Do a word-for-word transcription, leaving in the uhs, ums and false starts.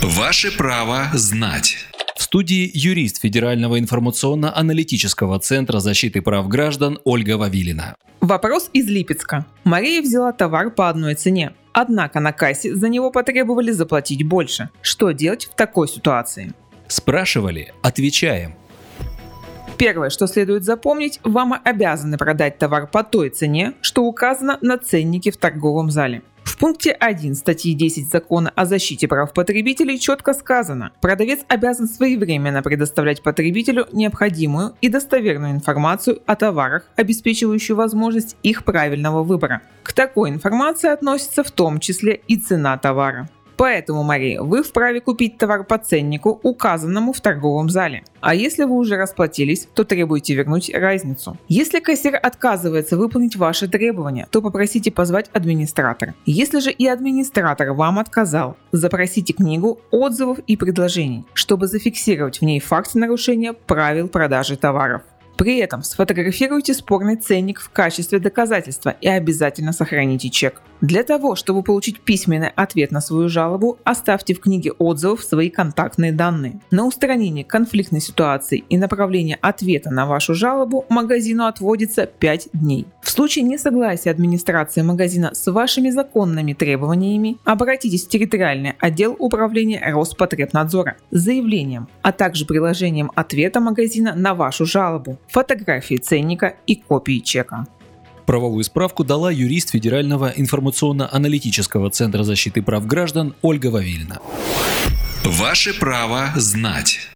Ваше право знать. В студии юрист Федерального информационно-аналитического центра защиты прав граждан Ольга Вавилина. Вопрос из Липецка. Мария взяла товар по одной цене, однако на кассе за него потребовали заплатить больше. Что делать в такой ситуации? Спрашивали? Отвечаем. Первое, что следует запомнить, вам обязаны продать товар по той цене, что указано на ценнике в торговом зале. В пункте один статьи десять Закона о защите прав потребителей четко сказано: продавец обязан своевременно предоставлять потребителю необходимую и достоверную информацию о товарах, обеспечивающую возможность их правильного выбора. К такой информации относится в том числе и цена товара. Поэтому, Мария, вы вправе купить товар по ценнику, указанному в торговом зале. А если вы уже расплатились, то требуйте вернуть разницу. Если кассир отказывается выполнить ваши требования, то попросите позвать администратора. Если же и администратор вам отказал, запросите книгу отзывов и предложений, чтобы зафиксировать в ней факт нарушения правил продажи товаров. При этом сфотографируйте спорный ценник в качестве доказательства и обязательно сохраните чек. Для того, чтобы получить письменный ответ на свою жалобу, оставьте в книге отзывов свои контактные данные. На устранение конфликтной ситуации и направление ответа на вашу жалобу магазину отводится пять дней. В случае несогласия администрации магазина с вашими законными требованиями, обратитесь в территориальный отдел управления Роспотребнадзора с заявлением, а также приложением ответа магазина на вашу жалобу, фотографии ценника и копии чека. Правовую справку дала юрист Федерального информационно-аналитического центра защиты прав граждан Ольга Вавилина. Ваше право знать.